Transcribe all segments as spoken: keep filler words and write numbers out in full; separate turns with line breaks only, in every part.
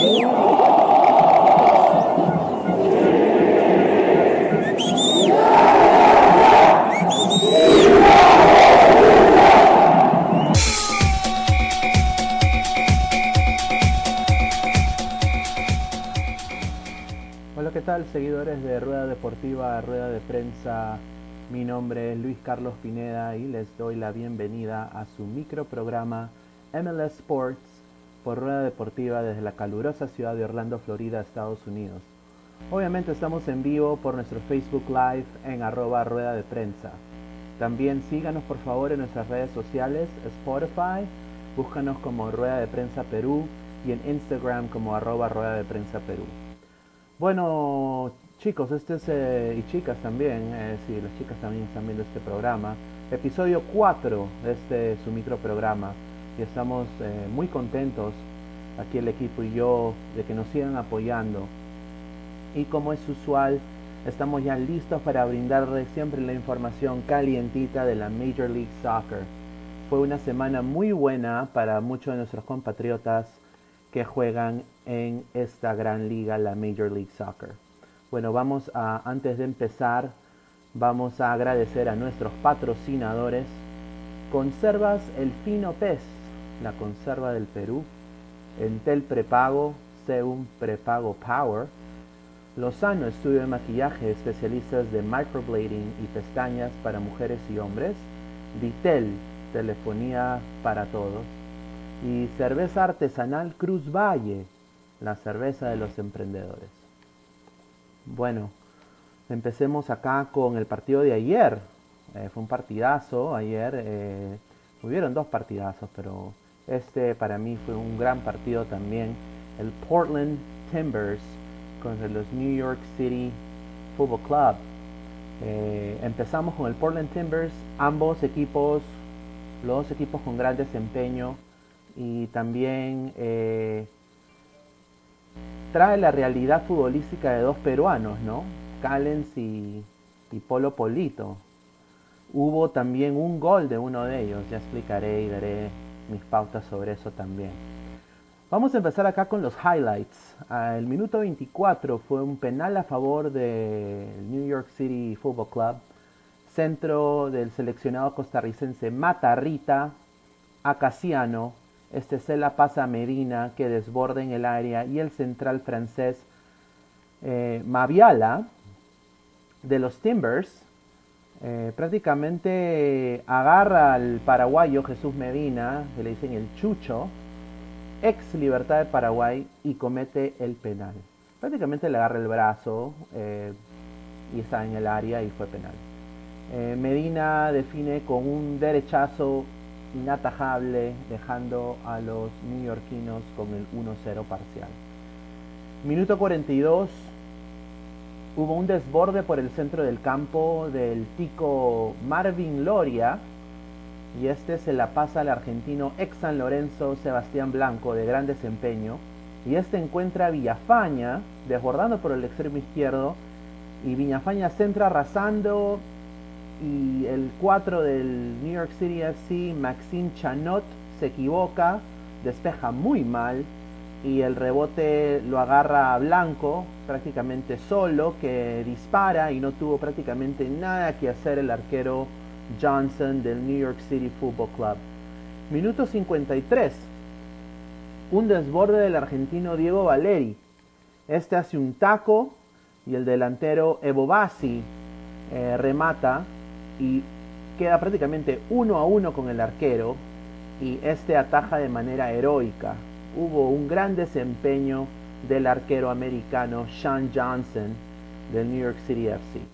¿Qué tal, seguidores de Rueda Deportiva, Rueda de Prensa? Mi nombre es Luis Carlos Pineda y les doy la bienvenida a su microprograma M L S Sports por Rueda Deportiva desde la calurosa ciudad de Orlando, Florida, Estados Unidos. Obviamente estamos en vivo por nuestro Facebook Live en arroba Rueda de Prensa. También síganos por favor en nuestras redes sociales, Spotify, búscanos como Rueda de Prensa Perú y en Instagram como arroba Rueda de Prensa Perú. Bueno, chicos, este es, eh, y chicas también, eh, sí, las chicas también están viendo este programa, episodio cuatro de este su microprograma, y estamos eh, muy contentos, aquí el equipo y yo, de que nos sigan apoyando, y como es usual, estamos ya listos para brindarles siempre la información calientita de la Major League Soccer. Fue una semana muy buena para muchos de nuestros compatriotas que juegan en esta gran liga, la Major League Soccer. Bueno, vamos a, antes de empezar, vamos a agradecer a nuestros patrocinadores. Conservas El Fino Pez, la conserva del Perú. Entel Prepago, Seum Prepago Power. Lozano Estudio de Maquillaje, especialistas de microblading y pestañas para mujeres y hombres. Ditel, telefonía para todos. Y cerveza artesanal Cruz Valle, la cerveza de los emprendedores. Bueno, empecemos acá con el partido de ayer. Eh, fue un partidazo ayer. Eh, hubieron dos partidazos, pero este para mí fue un gran partido también. El Portland Timbers contra los New York City Football Club. Eh, empezamos con el Portland Timbers, ambos equipos, los dos equipos con gran desempeño. Y también eh, trae la realidad futbolística de dos peruanos, ¿no? Callens y, y Polo Polito. Hubo también un gol de uno de ellos, ya explicaré y daré mis pautas sobre eso también. Vamos a empezar acá con los highlights. Uh, el minuto veinticuatro fue un penal a favor del New York City Football Club. Centro del seleccionado costarricense Matarrita a Casiano. Este se la pasa a Medina, que desborda en el área, y el central francés eh, Maviala de los Timbers eh, prácticamente agarra al paraguayo Jesús Medina, que le dicen el Chucho, ex Libertad de Paraguay, y comete el penal. Prácticamente le agarra el brazo eh, y está en el área y fue penal. Eh, Medina define con un derechazo inatajable, dejando a los neoyorquinos con el uno cero parcial. Minuto cuarenta y dos, hubo un desborde por el centro del campo del tico Marvin Loria, y este se la pasa al argentino ex San Lorenzo Sebastián Blanco, de gran desempeño, y este encuentra a Villafaña desbordando por el extremo izquierdo, y Villafaña centra arrasando, y el cuatro del New York City F C, Maxime Chanot, se equivoca, despeja muy mal, y el rebote lo agarra a Blanco prácticamente solo, que dispara y no tuvo prácticamente nada que hacer el arquero Johnson del New York City Football Club. Minuto cincuenta y tres, un desborde del argentino Diego Valeri. Este hace un taco y el delantero Evo Bassi eh, remata y queda prácticamente uno a uno con el arquero, y este ataja de manera heroica. Hubo un gran desempeño del arquero americano Sean Johnson del New York City F C.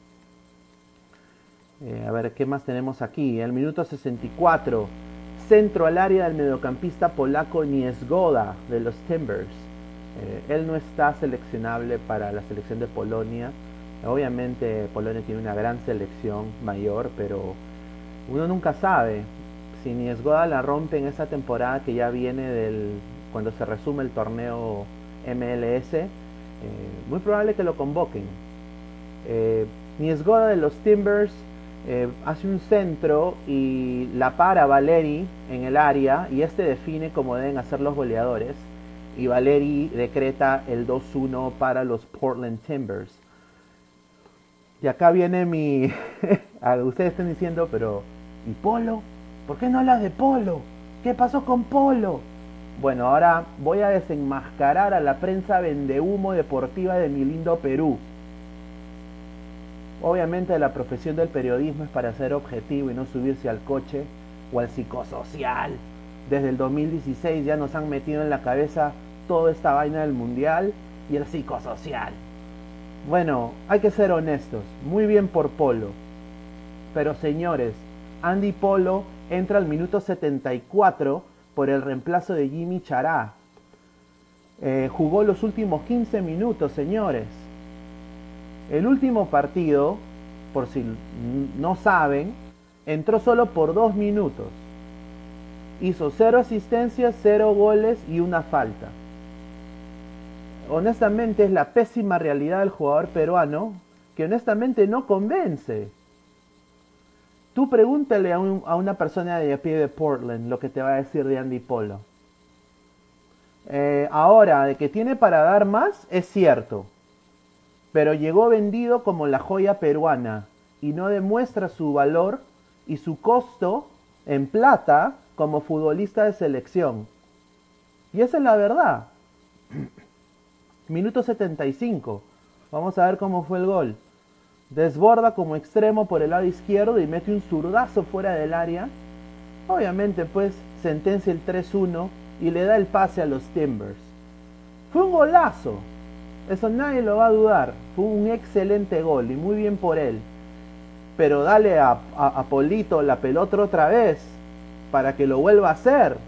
Eh, a ver, ¿qué más tenemos aquí? El minuto sesenta y cuatro, centro al área del mediocampista polaco Niezgoda de los Timbers. Eh, él no está seleccionable para la selección de Polonia. Obviamente Polonia tiene una gran selección mayor, pero uno nunca sabe. Si Niezgoda la rompe en esa temporada que ya viene del cuando se resume el torneo M L S, eh, muy probable que lo convoquen. Eh, Niezgoda de los Timbers eh, hace un centro y la para Valeri en el área, y este define como deben hacer los goleadores. y Valeri decreta el dos uno para los Portland Timbers. Y acá viene mi... Ustedes están diciendo, pero ¿y Polo? ¿Por qué no hablas de Polo? ¿Qué pasó con Polo? Bueno, ahora voy a desenmascarar a la prensa vendehumo deportiva de mi lindo Perú. Obviamente la profesión del periodismo es para ser objetivo y no subirse al coche o al psicosocial. Desde el dos mil dieciséis ya nos han metido en la cabeza toda esta vaina del mundial y el psicosocial. Bueno, hay que ser honestos, muy bien por Polo. Pero señores, Andy Polo entra al minuto setenta y cuatro por el reemplazo de Jimmy Chará. Eh, jugó los últimos quince minutos, señores. El último partido, por si no saben, entró solo por dos minutos. Hizo cero asistencias, cero goles y una falta. Honestamente es la pésima realidad del jugador peruano, que honestamente no convence. Tú pregúntale a, un, a una persona de a pie de Portland lo que te va a decir de Andy Polo. Eh, ahora, de que tiene para dar más, es cierto. Pero llegó vendido como la joya peruana y no demuestra su valor y su costo en plata como futbolista de selección. Y esa es la verdad. Minuto setenta y cinco. Vamos a ver cómo fue el gol. Desborda como extremo por el lado izquierdo y mete un zurdazo fuera del área. Obviamente pues sentencia el tres uno y le da el pase a los Timbers. Fue un golazo. Eso nadie lo va a dudar. Fue un excelente gol y muy bien por él. Pero dale a, a, a Polito la pelota otra vez para que lo vuelva a hacer.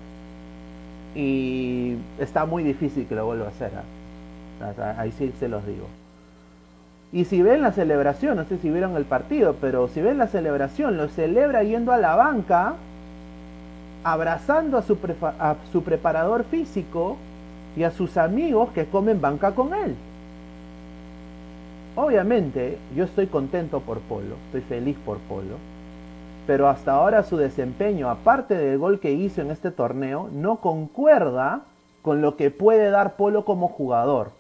Y está muy difícil que lo vuelva a hacer. ¿eh? Ahí sí se los digo. Y si ven la celebración, no sé si vieron el partido, pero si ven la celebración, lo celebra yendo a la banca, abrazando a su, a su preparador físico y a sus amigos que comen banca con él. Obviamente, yo estoy contento por Polo, estoy feliz por Polo, pero hasta ahora su desempeño, aparte del gol que hizo en este torneo, no concuerda con lo que puede dar Polo como jugador.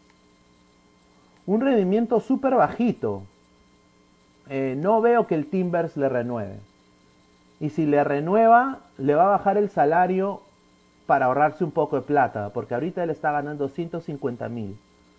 Un rendimiento súper bajito. Eh, no veo que el Timbers le renueve. Y si le renueva, le va a bajar el salario para ahorrarse un poco de plata, porque ahorita él está ganando ciento cincuenta mil.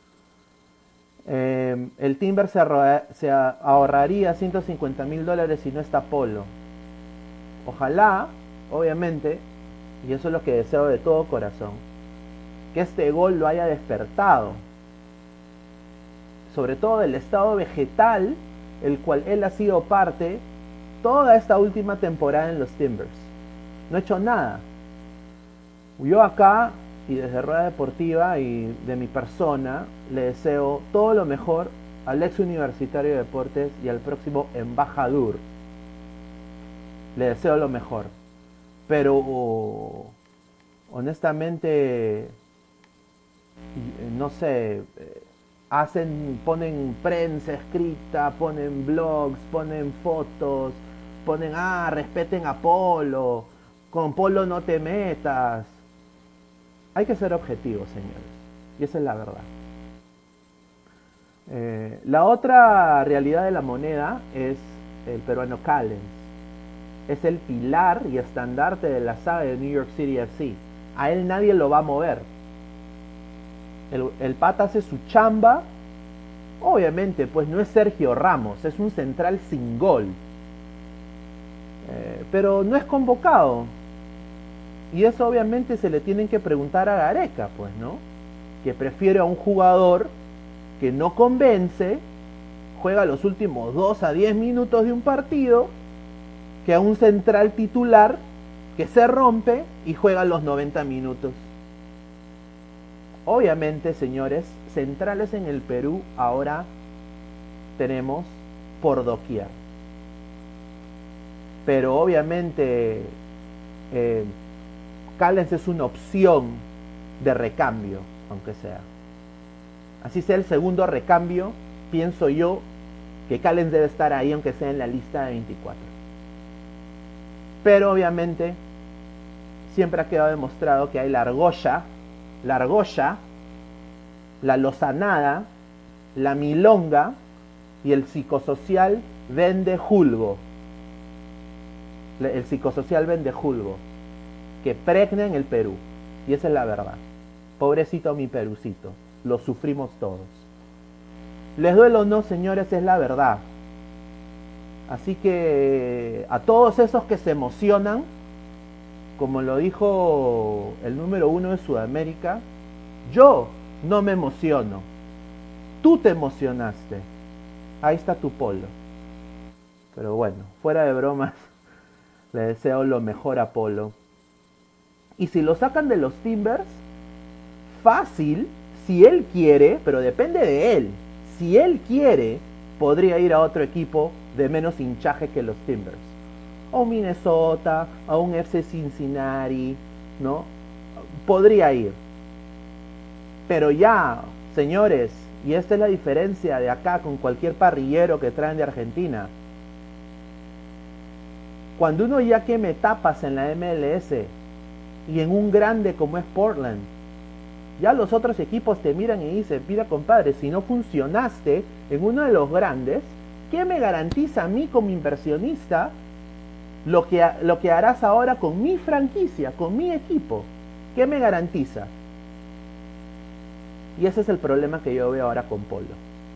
Eh, el Timbers se, ahorra, se ahorraría ciento cincuenta mil dólares si no está Polo. Ojalá, obviamente, y eso es lo que deseo de todo corazón, que este gol lo haya despertado. Sobre todo del estado vegetal, el cual él ha sido parte toda esta última temporada en los Timbers. No ha hecho nada. Yo acá, y desde Rueda Deportiva y de mi persona, le deseo todo lo mejor al ex Universitario de Deportes y al próximo embajador. Le deseo lo mejor. Pero, oh, honestamente, no sé... Hacen, ponen prensa escrita, ponen blogs, ponen fotos, ponen, ah, respeten a Polo, con Polo no te metas. Hay que ser objetivos, señores, y esa es la verdad. Eh, la otra realidad de la moneda es el peruano Callens. Es el pilar y estandarte de la saga de New York City F C. A él nadie lo va a mover. El, el pata hace su chamba. Obviamente, pues no es Sergio Ramos, es un central sin gol. Eh, pero no es convocado. Y eso obviamente se le tienen que preguntar a Gareca, pues, ¿no? Que prefiere a un jugador que no convence, juega los últimos dos a diez minutos de un partido, que a un central titular que se rompe y juega los noventa minutos. Obviamente, señores, centrales en el Perú ahora tenemos por doquier. Pero obviamente eh, Callens es una opción de recambio, aunque sea. Así sea el segundo recambio, pienso yo que Callens debe estar ahí, aunque sea en la lista de veinticuatro. Pero obviamente siempre ha quedado demostrado que hay la argolla la argolla, la lozanada, la milonga y el psicosocial vende julgo. El psicosocial vende julgo, que pregna en el Perú. Y esa es la verdad. Pobrecito mi Perucito, lo sufrimos todos. Les duele o no, señores, es la verdad. Así que a todos esos que se emocionan, como lo dijo el número uno de Sudamérica, yo no me emociono. Tú te emocionaste. Ahí está tu Polo. Pero bueno, fuera de bromas, le deseo lo mejor a Polo. Y si lo sacan de los Timbers, fácil, si él quiere, pero depende de él. Si él quiere, podría ir a otro equipo de menos hinchaje que los Timbers. A un Minnesota, a un F C Cincinnati, ¿no? Podría ir. Pero ya, señores, y esta es la diferencia de acá con cualquier parrillero que traen de Argentina. Cuando uno ya queme tapas en la M L S y en un grande como es Portland, ya los otros equipos te miran y dicen, mira compadre, si no funcionaste en uno de los grandes, ¿qué me garantiza a mí como inversionista lo que, lo que harás ahora con mi franquicia, con mi equipo? ¿Qué me garantiza? Y ese es el problema que yo veo ahora con Polo.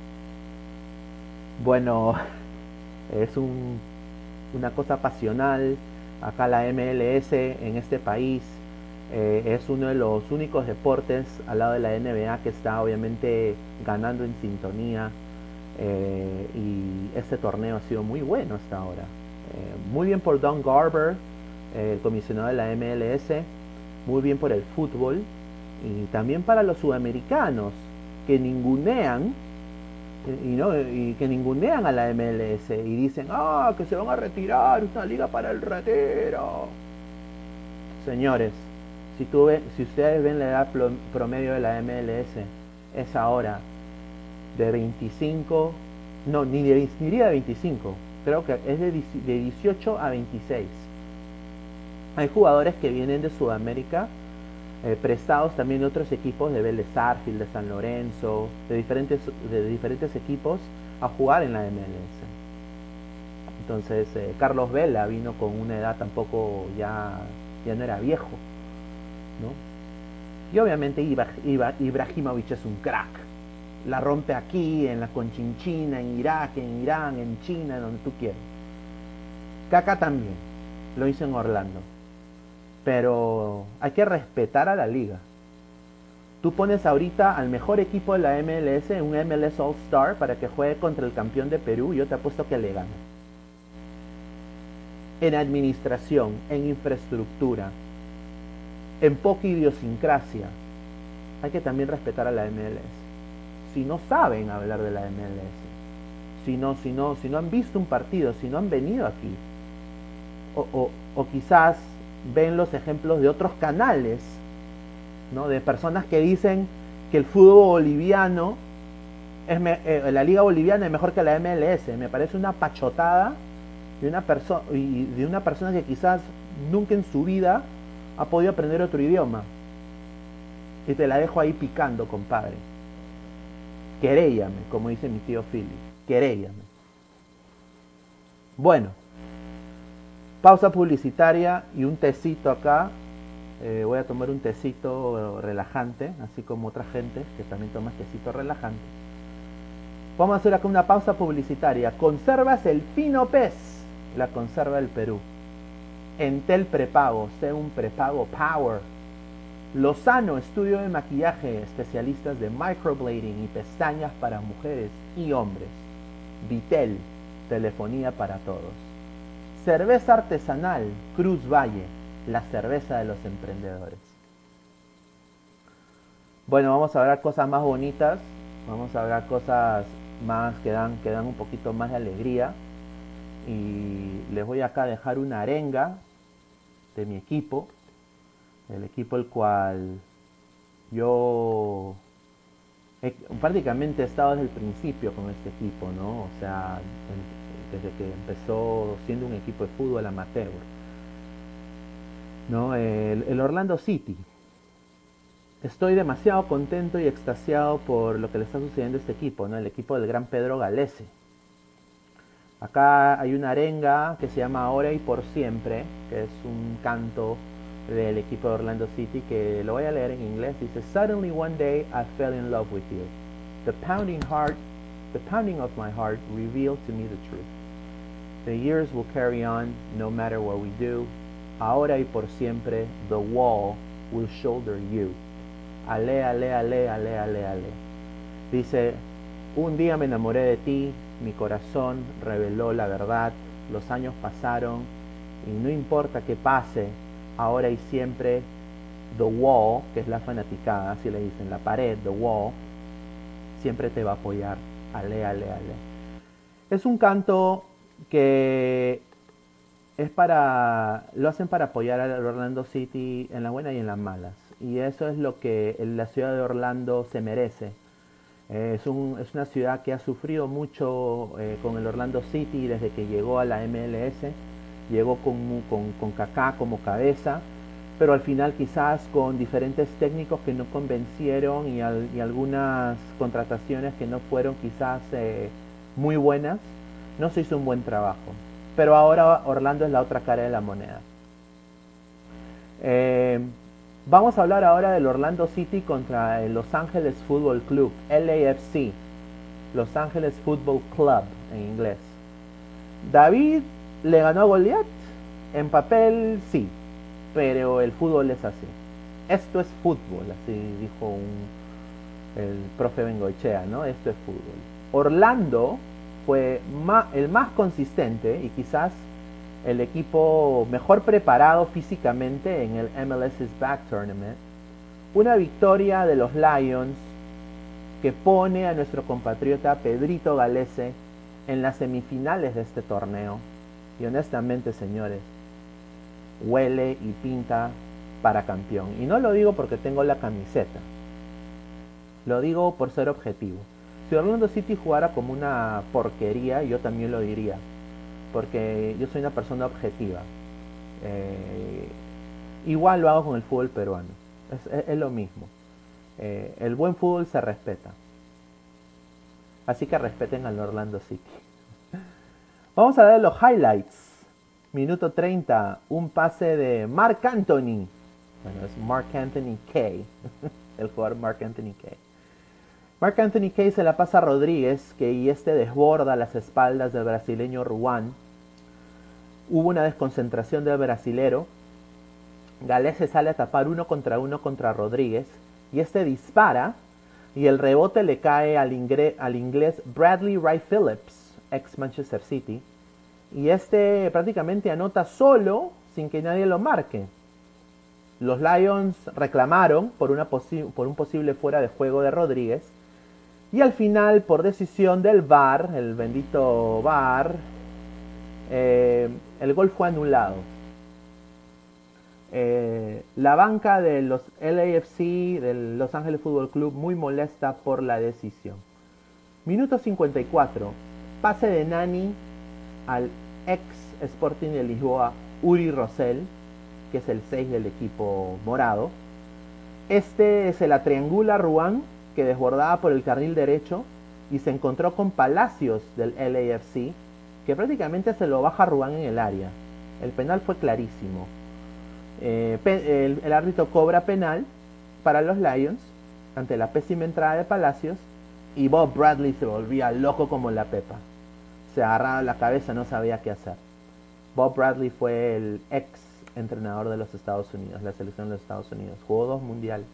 Bueno, es un, una cosa pasional. Acá la M L S en este país eh, es uno de los únicos deportes al lado de la N B A que está obviamente ganando en sintonía. Eh, y este torneo ha sido muy bueno hasta ahora. Eh, muy bien por Don Garber, eh, el comisionado de la M L S. Muy bien por el fútbol. Y también para los sudamericanos que ningunean y, no, y que ningunean a la M L S y dicen, ah, que se van a retirar, una liga para el retiro. Señores, si, tú ve, si ustedes ven la edad promedio de la M L S, es ahora de veinticinco, no, ni de, ni de veinticinco, creo que es de, de dieciocho a veintiséis. Hay jugadores que vienen de Sudamérica, Eh, prestados también de otros equipos de Vélez Sarsfield, de San Lorenzo, de diferentes, de diferentes equipos a jugar en la M L S. Entonces eh, Carlos Vela vino con una edad tampoco, ya, ya no era viejo, ¿no? Y obviamente Ibra, Ibra, Ibrahimovic es un crack, la rompe aquí, en la Conchinchina, en Irak, en Irán, en China, donde tú quieras. Kaká también, lo hizo en Orlando. Pero hay que respetar a la liga. Tú pones ahorita al mejor equipo de la M L S en un M L S All Star para que juegue contra el campeón de Perú y yo te apuesto que le gana. En administración, en infraestructura, en poca idiosincrasia, hay que también respetar a la M L S. Si no saben hablar de la M L S, si no, si no, si no han visto un partido, si no han venido aquí, o, o, o quizás ven los ejemplos de otros canales, ¿no? De personas que dicen que el fútbol boliviano es me, eh, la liga boliviana es mejor que la M L S. Me parece una pachotada de una persona y de una persona que quizás nunca en su vida ha podido aprender otro idioma. Y te la dejo ahí picando, compadre. Queréllame, como dice mi tío Philly. Queréllame. Bueno, pausa publicitaria y un tecito acá. Eh, voy a tomar un tecito relajante, así como otra gente que también toma tecito relajante. Vamos a hacer acá una pausa publicitaria. Conservas el Fino Pez, la conserva del Perú. Entel Prepago, sé un prepago power. Lozano, estudio de maquillaje, especialistas de microblading y pestañas para mujeres y hombres. Vitel, telefonía para todos. Cerveza artesanal, Cruz Valle, la cerveza de los emprendedores. Bueno, vamos a hablar cosas más bonitas, vamos a hablar cosas más que dan, que dan un poquito más de alegría. Y les voy acá a dejar una arenga de mi equipo, el equipo el cual yo he, prácticamente he estado desde el principio con este equipo, ¿no? O sea, desde que empezó siendo un equipo de fútbol amateur, ¿no? El, el Orlando City. estoy demasiado contento y extasiado por lo que le está sucediendo a este equipo, ¿no? El equipo del gran Pedro Galese. Acá hay una arenga que se llama Ahora y por siempre, que es un canto del equipo de Orlando City, que lo voy a leer en inglés. Dice: Suddenly one day I fell in love with you. The pounding heart, the pounding of my heart revealed to me the truth. The years will carry on, no matter what we do. Ahora y por siempre, the wall will shoulder you. Ale, ale, ale, ale, ale, ale. Dice: un día me enamoré de ti, mi corazón reveló la verdad, los años pasaron y no importa que pase, ahora y siempre, the wall, que es la fanaticada, así le dicen, la pared, the wall, siempre te va a apoyar. Ale, ale, ale. Es un canto que es para, lo hacen para apoyar al Orlando City en las buenas y en las malas. Y eso es lo que la ciudad de Orlando se merece. Eh, es, un, es una ciudad que ha sufrido mucho eh, con el Orlando City desde que llegó a la M L S. Llegó con, con, con Kaká como cabeza, pero al final quizás con diferentes técnicos que no convencieron y, al, y algunas contrataciones que no fueron quizás eh, muy buenas, no se hizo un buen trabajo. Pero ahora Orlando es la otra cara de la moneda. Eh, vamos a hablar ahora del Orlando City contra el Los Angeles Football Club, L A F C, Los Angeles Football Club en inglés. David le ganó a Goliat, en papel sí, pero el fútbol es así. Esto es fútbol, así dijo un, el profe Bengoechea, ¿no? Esto es fútbol. Orlando fue ma, el más consistente y quizás el equipo mejor preparado físicamente en el M L S's Back Tournament. Una victoria de los Lions que pone a nuestro compatriota Pedrito Galese en las semifinales de este torneo. Y honestamente, señores, huele y pinta para campeón. Y no lo digo porque tengo la camiseta, lo digo por ser objetivo. Si Orlando City jugara como una porquería, yo también lo diría, porque yo soy una persona objetiva. Eh, igual lo hago con el fútbol peruano, es, es, es lo mismo. Eh, el buen fútbol se respeta, así que respeten al Orlando City. Vamos a ver los highlights. Minuto treinta, un pase de Mark Anthony. Bueno, es Mark Anthony Kay, el jugador Mark Anthony Kay. Mark Anthony Kay se la pasa a Rodríguez, que y este desborda las espaldas del brasileño Ruan. Hubo una desconcentración del brasilero. Galese sale a tapar uno contra uno contra Rodríguez, y este dispara, y el rebote le cae al, ingre, al inglés Bradley Wright Phillips, ex Manchester City, y este prácticamente anota solo, sin que nadie lo marque. Los Lions reclamaron por, una posi- por un posible fuera de juego de Rodríguez, y al final, por decisión del V A R, el bendito V A R, eh, el gol fue anulado. Eh, la banca de los L A F C, del Los Ángeles Football Club, muy molesta por la decisión. Minuto cincuenta y cuatro, pase de Nani al ex Sporting de Lisboa, Uri Rosell, que es el seis del equipo morado. Este se la triangula Ruan, que desbordaba por el carril derecho, y se encontró con Palacios del L A F C, que prácticamente se lo baja Ruan en el área. El penal fue clarísimo. Eh, el, el árbitro cobra penal para los Lions ante la pésima entrada de Palacios, y Bob Bradley se volvía loco como la pepa. Se agarraba la cabeza, no sabía qué hacer. Bob Bradley fue el ex entrenador de los Estados Unidos, la selección de los Estados Unidos. Jugó dos mundiales.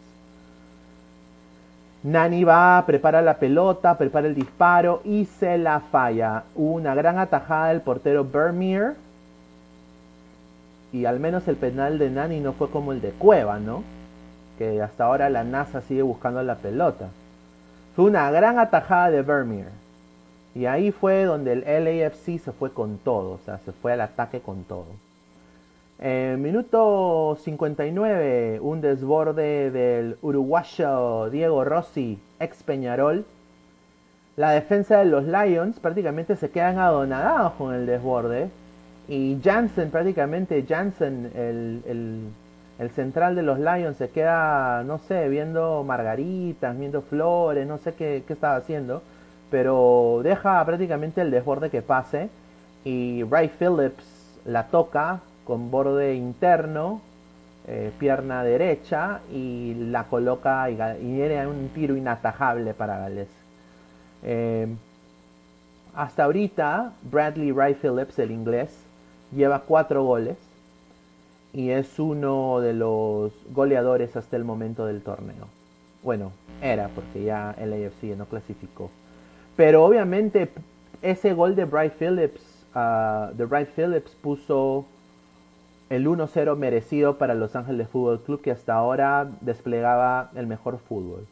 Nani va, prepara la pelota, prepara el disparo y se la falla. Hubo una gran atajada del portero Vermeer, y al menos el penal de Nani no fue como el de Cueva, ¿no? Que hasta ahora la NASA sigue buscando la pelota. Fue una gran atajada de Vermeer. Y ahí fue donde el L A F C se fue con todo, o sea, se fue al ataque con todo. En minuto cincuenta y nueve, un desborde del uruguayo Diego Rossi, ex Peñarol. La defensa de los Lions prácticamente se quedan adonadados con el desborde. Y Jansen, prácticamente Jansen, el, el, el central de los Lions se queda, no sé, viendo margaritas, viendo flores, no sé qué, qué estaba haciendo, pero deja prácticamente el desborde que pase y Ray Phillips la toca con borde interno, eh, pierna derecha y la coloca y, y era un tiro inatajable para Gales. Eh, hasta ahorita Bradley Ray Phillips, el inglés, lleva cuatro goles y es uno de los goleadores hasta el momento del torneo. Bueno, era porque ya el A F C no clasificó. Pero obviamente ese gol de Bryce Phillips, uh, de Bryce Phillips puso el uno cero merecido para Los Ángeles Fútbol Club, que hasta ahora desplegaba el mejor fútbol.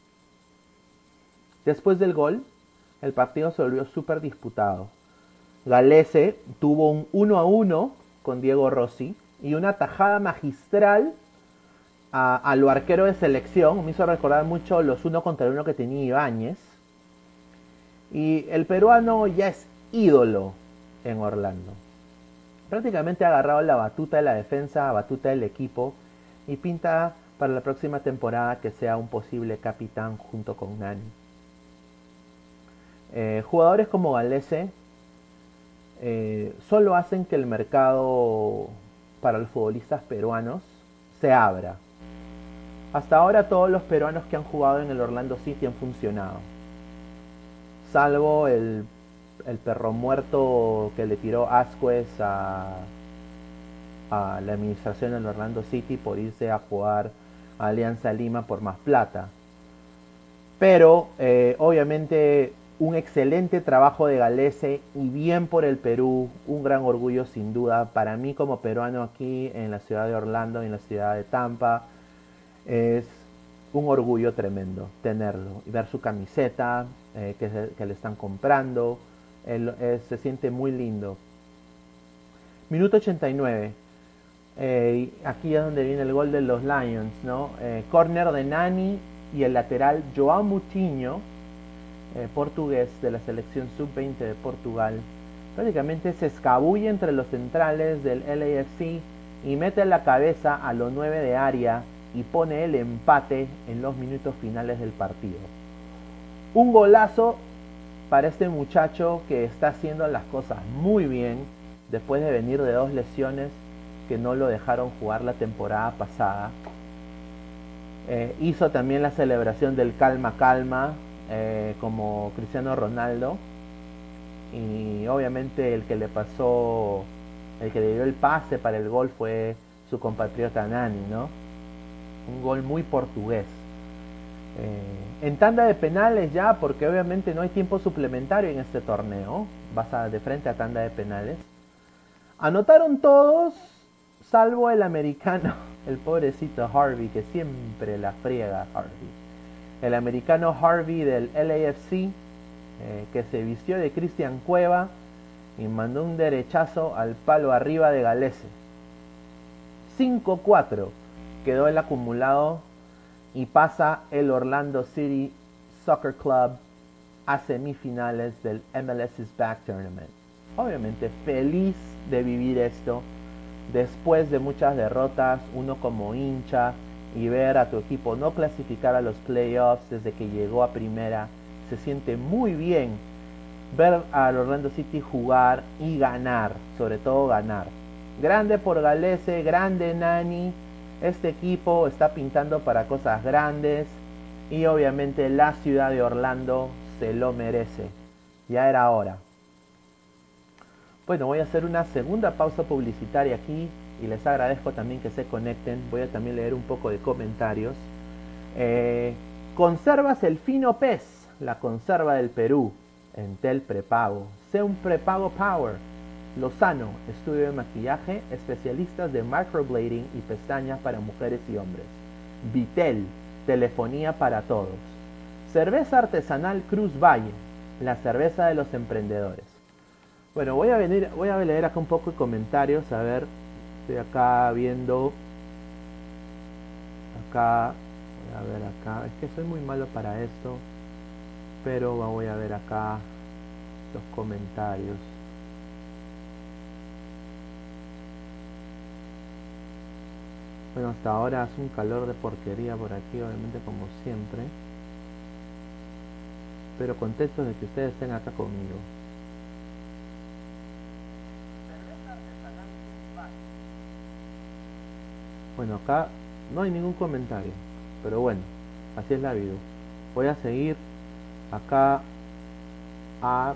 Después del gol, el partido se volvió súper disputado. Galese tuvo un uno a uno con Diego Rossi y una tajada magistral a, a lo arquero de selección. Me hizo recordar mucho los uno contra uno que tenía Ibáñez. Y el peruano ya es ídolo en Orlando. Prácticamente ha agarrado la batuta de la defensa, batuta del equipo y pinta para la próxima temporada que sea un posible capitán junto con Nani. Eh, jugadores como Galese eh, solo hacen que el mercado para los futbolistas peruanos se abra. Hasta ahora todos los peruanos que han jugado en el Orlando City han funcionado. Salvo el, el perro muerto que le tiró Asquez a, a la administración del Orlando City por irse a jugar a Alianza Lima por más plata. Pero eh, obviamente un excelente trabajo de Galese y bien por el Perú, un gran orgullo sin duda para mí como peruano aquí en la ciudad de Orlando y en la ciudad de Tampa. Es un orgullo tremendo tenerlo y ver su camiseta eh, que, se, que le están comprando. Él, eh, se siente muy lindo. Minuto ochenta y nueve. Eh, aquí es donde viene el gol de los Lions, ¿no? Eh, corner de Nani y el lateral Joao Moutinho, eh, portugués de la selección sub veinte de Portugal, prácticamente se escabulle entre los centrales del L A F C y mete la cabeza a los nueve de área y pone el empate en los minutos finales del partido. Un golazo para este muchacho que está haciendo las cosas muy bien después de venir de dos lesiones que no lo dejaron jugar la temporada pasada. Eh, hizo también la celebración del calma calma eh, como Cristiano Ronaldo y obviamente el que le pasó, el que le dio el pase para el gol fue su compatriota Nani, ¿no? Un gol muy portugués. Eh, en tanda de penales ya, porque obviamente no hay tiempo suplementario en este torneo, vas a, de frente a tanda de penales. Anotaron todos, salvo el americano, el pobrecito Harvey, que siempre la friega Harvey. El americano Harvey del L A F C, eh, que se vistió de Cristian Cueva y mandó un derechazo al palo arriba de Galese. cinco cuatro quedó el acumulado y pasa el Orlando City Soccer Club a semifinales del M L S is Back Tournament. Obviamente feliz de vivir esto después de muchas derrotas, uno como hincha y ver a tu equipo no clasificar a los playoffs desde que llegó a primera, se siente muy bien ver al Orlando City jugar y ganar, sobre todo ganar. Grande por Galese, grande Nani. Este equipo está pintando para cosas grandes y obviamente la ciudad de Orlando se lo merece. Ya era hora. Bueno, voy a hacer una segunda pausa publicitaria aquí y les agradezco también que se conecten. Voy a también leer un poco de comentarios. Eh, conservas el fino pez, la conserva del Perú, Entel prepago. Sé un prepago Power. Lozano, estudio de maquillaje, especialistas de microblading y pestañas para mujeres y hombres. Vitel, telefonía para todos. Cerveza artesanal Cruz Valle, la cerveza de los emprendedores. Bueno, voy a venir, voy a leer acá un poco de comentarios, a ver, estoy acá viendo, acá, voy a ver acá, es que soy muy malo para esto, pero voy a ver acá los comentarios. Bueno, hasta ahora hace un calor de porquería por aquí, obviamente como siempre. Pero contento de que ustedes estén acá conmigo. Bueno, acá no hay ningún comentario. Pero bueno, así es la vida. Voy a seguir acá a,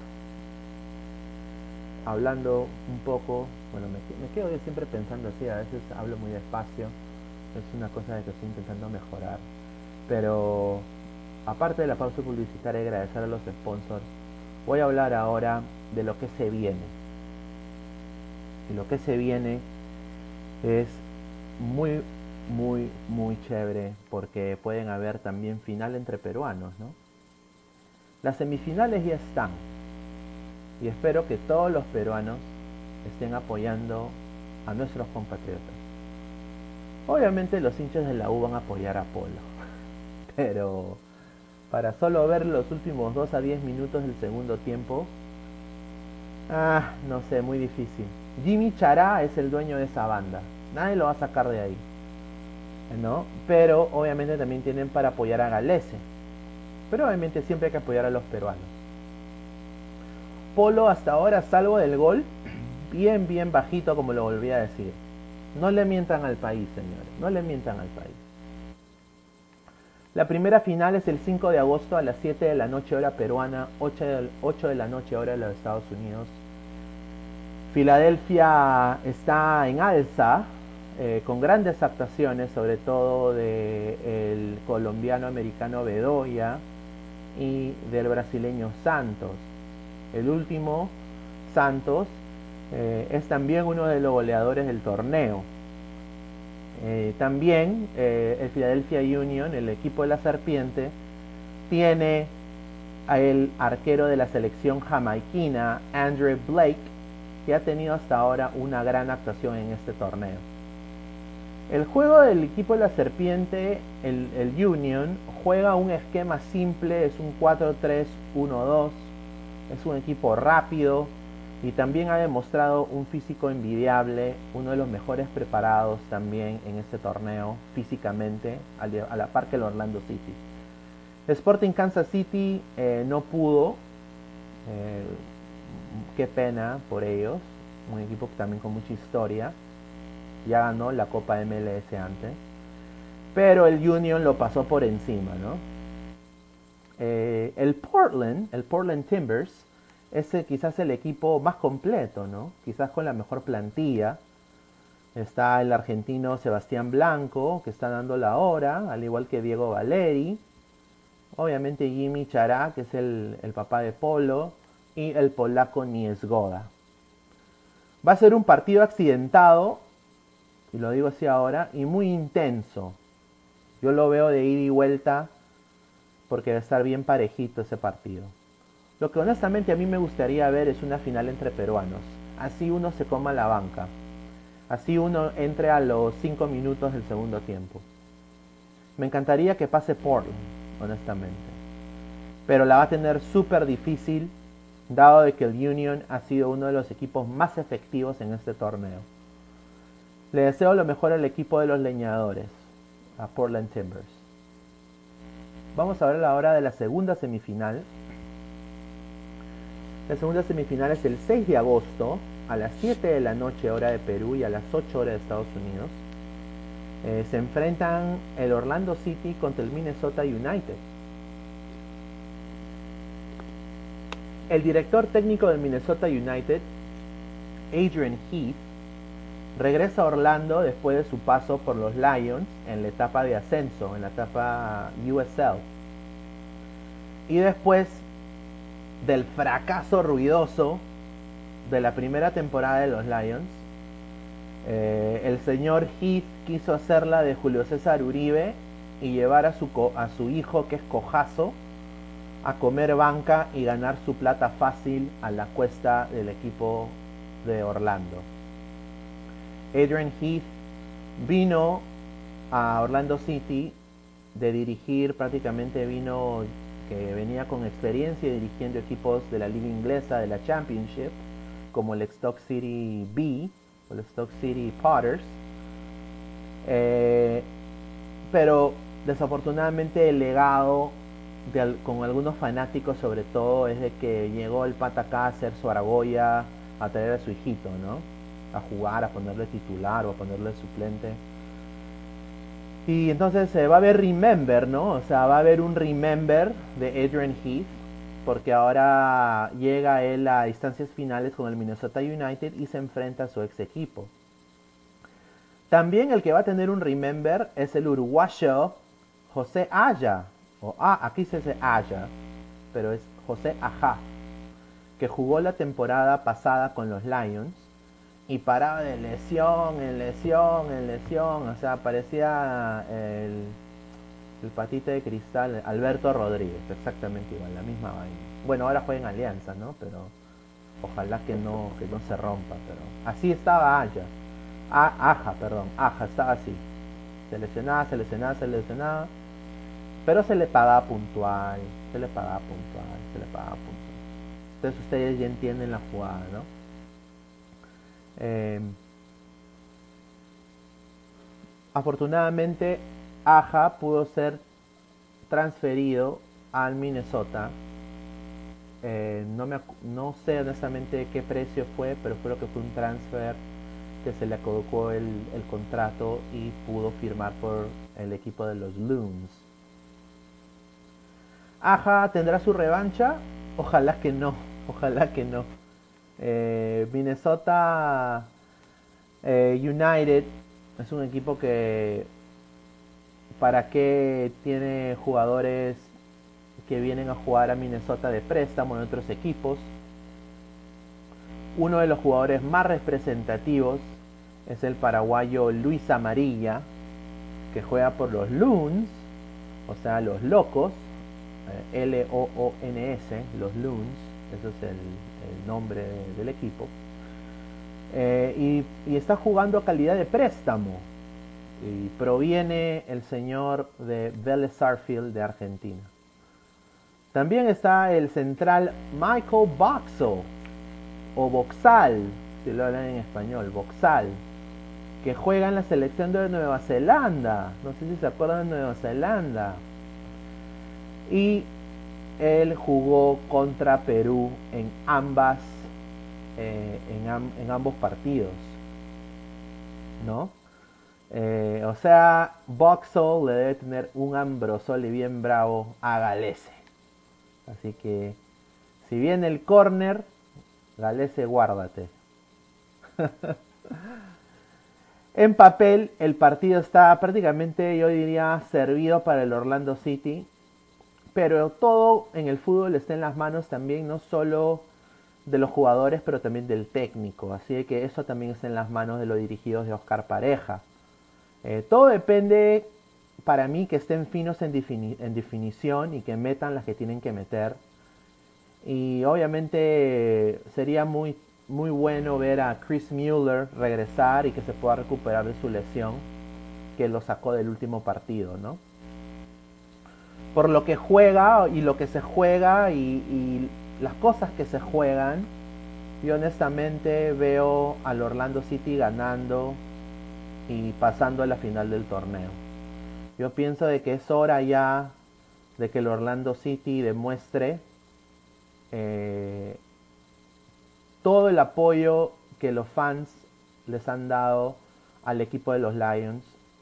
hablando un poco. Bueno, me, me quedo yo siempre pensando así. A veces hablo muy despacio. Es una cosa de que estoy intentando mejorar. Pero aparte de la pausa publicitaria y agradecer a los sponsors, voy a hablar ahora de lo que se viene. Y lo que se viene es muy, muy, muy chévere porque pueden haber también final entre peruanos, ¿no? Las semifinales ya están y espero que todos los peruanos estén apoyando a nuestros compatriotas. Obviamente los hinchas de la U van a apoyar a Polo, pero para solo ver los últimos dos a diez minutos del segundo tiempo, ah, no sé, muy difícil. Jimmy Chará es el dueño de esa banda, nadie lo va a sacar de ahí, ¿no? Pero obviamente también tienen para apoyar a Galese, pero obviamente siempre hay que apoyar a los peruanos. Polo hasta ahora, salvo del gol, bien, bien bajito, como lo volví a decir. No le mientan al país, señores, no le mientan al país. La primera final es el cinco de agosto a las siete de la noche hora peruana, ocho de la noche hora de los Estados Unidos. Filadelfia está en alza, eh, con grandes actuaciones, sobre todo del colombiano-americano Bedoya y del brasileño Santos. El último, Santos, eh, es también uno de los goleadores del torneo. Eh, también eh, el Philadelphia Union, el equipo de la Serpiente, tiene al arquero de la selección jamaiquina, Andre Blake, que ha tenido hasta ahora una gran actuación en este torneo. El juego del equipo de la Serpiente, el, el Union, juega un esquema simple, es un cuatro tres uno dos, es un equipo rápido y también ha demostrado un físico envidiable, uno de los mejores preparados también en este torneo físicamente, a la par que el Orlando City. Sporting Kansas City eh, no pudo, eh, qué pena por ellos, un equipo también con mucha historia, ya ganó la Copa M L S antes, pero el Union lo pasó por encima, ¿no? Eh, el Portland, el Portland Timbers, es quizás el equipo más completo, ¿no? Quizás con la mejor plantilla. Está el argentino Sebastián Blanco, que está dando la hora, al igual que Diego Valeri. Obviamente Jimmy Chará, que es el, el papá de Polo, y el polaco Niezgoda. Va a ser un partido accidentado, y lo digo así ahora, y muy intenso. Yo lo veo de ida y vuelta porque va a estar bien parejito ese partido. Lo que honestamente a mí me gustaría ver es una final entre peruanos. Así uno se coma la banca. Así uno entre a los cinco minutos del segundo tiempo. Me encantaría que pase Portland, honestamente. Pero la va a tener súper difícil, dado de que el Union ha sido uno de los equipos más efectivos en este torneo. Le deseo lo mejor al equipo de los leñadores, a Portland Timbers. Vamos a ver ahora de la segunda semifinal. La segunda semifinal es el seis de agosto a las siete de la noche hora de Perú y a las ocho horas de Estados Unidos. Eh, se enfrentan el Orlando City contra el Minnesota United. El director técnico del Minnesota United, Adrian Heath, regresa a Orlando después de su paso por los Lions en la etapa de ascenso, en la etapa U S L. Y después del fracaso ruidoso de la primera temporada de los Lions, eh, el señor Heath quiso hacerla de Julio César Uribe y llevar a su, a su hijo, que es cojazo, a comer banca y ganar su plata fácil a la cuesta del equipo de Orlando. Adrian Heath vino a Orlando City de dirigir, prácticamente vino que venía con experiencia dirigiendo equipos de la liga inglesa, de la Championship, como el Stoke City B o el Stoke City Potters. Eh, pero desafortunadamente el legado de al- con algunos fanáticos sobre todo es de que llegó el pata acá a hacer su argolla, a traer a su hijito, ¿no? A jugar, a ponerle titular o a ponerle suplente. Y entonces eh, va a haber Remember, ¿no? O sea, va a haber un Remember de Adrian Heath, porque ahora llega él a instancias finales con el Minnesota United y se enfrenta a su ex equipo. También el que va a tener un Remember es el uruguayo José Aya, o ah, aquí se dice Aya, pero es José Aja, que jugó la temporada pasada con los Lions y paraba de lesión en lesión en lesión, o sea, parecía el, el patita de cristal, Alberto Rodríguez, exactamente igual, la misma vaina. Bueno, ahora juega en Alianza, ¿no? Pero ojalá que no, que no se rompa, pero así estaba Aya. A, Aja, perdón, Aja, estaba así. Se lesionaba, se lesionaba, se lesionaba, pero se le pagaba puntual, se le pagaba puntual, se le pagaba puntual. Entonces ustedes ya entienden la jugada, ¿no? Eh, Afortunadamente, Aja pudo ser transferido al Minnesota. Eh, no, me, no sé honestamente qué precio fue, pero creo que fue un transfer que se le colocó el, el contrato y pudo firmar por el equipo de los Loons. Aja tendrá su revancha, ojalá que no, ojalá que no. Eh, Minnesota eh, United es un equipo que para qué tiene jugadores que vienen a jugar a Minnesota de préstamo en otros equipos. Uno de los jugadores más representativos es el paraguayo Luis Amarilla, que juega por los Loons, o sea, los locos, eh, L O O N S, los Loons, ese es el, el nombre del equipo. Eh, y, y está jugando a calidad de préstamo. Y proviene el señor de Vélez Sarsfield de Argentina. También está el central Michael Boxall, o Boxall, si lo hablan en español, Boxall, que juega en la selección de Nueva Zelanda. No sé si se acuerdan de Nueva Zelanda. Y él jugó contra Perú en ambas, eh, en, am, en ambos partidos, ¿no? Eh, o sea, Boxall le debe tener un ambrosole bien bravo a Galese. Así que, si viene el córner, Galese, guárdate. En papel, el partido está prácticamente, yo diría, servido para el Orlando City. Pero todo en el fútbol está en las manos también, no solo de los jugadores, pero también del técnico. Así que eso también está en las manos de los dirigidos de Oscar Pareja. Eh, todo depende, para mí, que estén finos en, defini en definición y que metan las que tienen que meter. Y obviamente sería muy, muy bueno ver a Chris Mueller regresar y que se pueda recuperar de su lesión que lo sacó del último partido, ¿no? Por lo que juega y lo que se juega y, y las cosas que se juegan, yo honestamente veo al Orlando City ganando y pasando a la final del torneo. Yo pienso de que es hora ya de que el Orlando City demuestre eh, todo el apoyo que los fans les han dado al equipo de los Lions,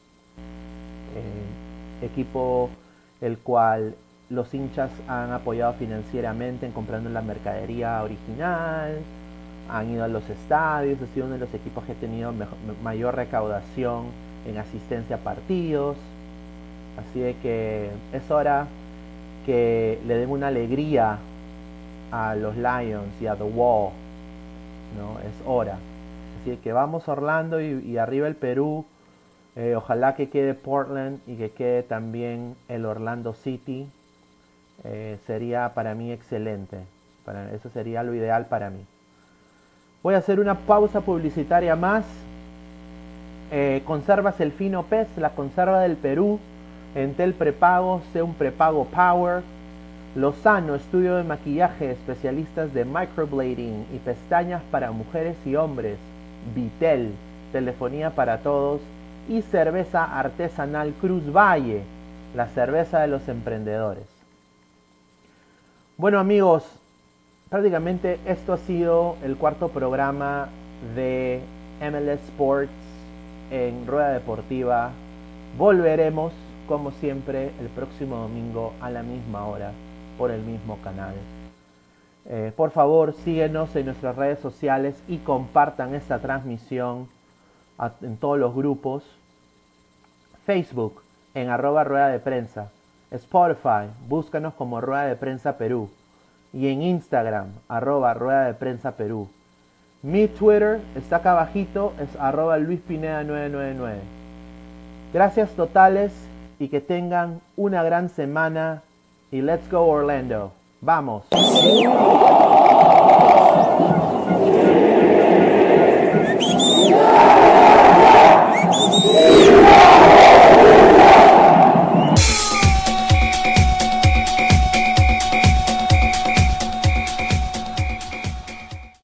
eh, equipo el cual los hinchas han apoyado financieramente en comprando la mercadería original, han ido a los estadios, ha sido uno de los equipos que ha tenido mejor, mayor recaudación en asistencia a partidos, así de que es hora que le den una alegría a los Lions y a The Wall, ¿no? Es hora. Así que vamos Orlando y, y arriba el Perú. Eh, ojalá que quede Portland y que quede también el Orlando City. Eh, sería para mí excelente. Para, eso sería lo ideal para mí. Voy a hacer una pausa publicitaria más. Eh, conservas el fino pez, la conserva del Perú. Entel prepago, sé un prepago Power. Lozano, estudio de maquillaje, especialistas de microblading y pestañas para mujeres y hombres. Vitel, telefonía para todos y cerveza artesanal Cruz Valle, la cerveza de los emprendedores. Bueno amigos, prácticamente esto ha sido el cuarto programa de M L S Sports en Rueda Deportiva. Volveremos, como siempre, el próximo domingo a la misma hora por el mismo canal. Eh, por favor, síguenos en nuestras redes sociales y compartan esta transmisión a, en todos los grupos. Facebook, en arroba Rueda de Prensa. Spotify, búscanos como Rueda de Prensa Perú. Y en Instagram, arroba Rueda de Prensa Perú. Mi Twitter está acá abajito, es arroba Luis Pineda nueve nueve nueve. Gracias totales y que tengan una gran semana. Y let's go Orlando. ¡Vamos! Yeah.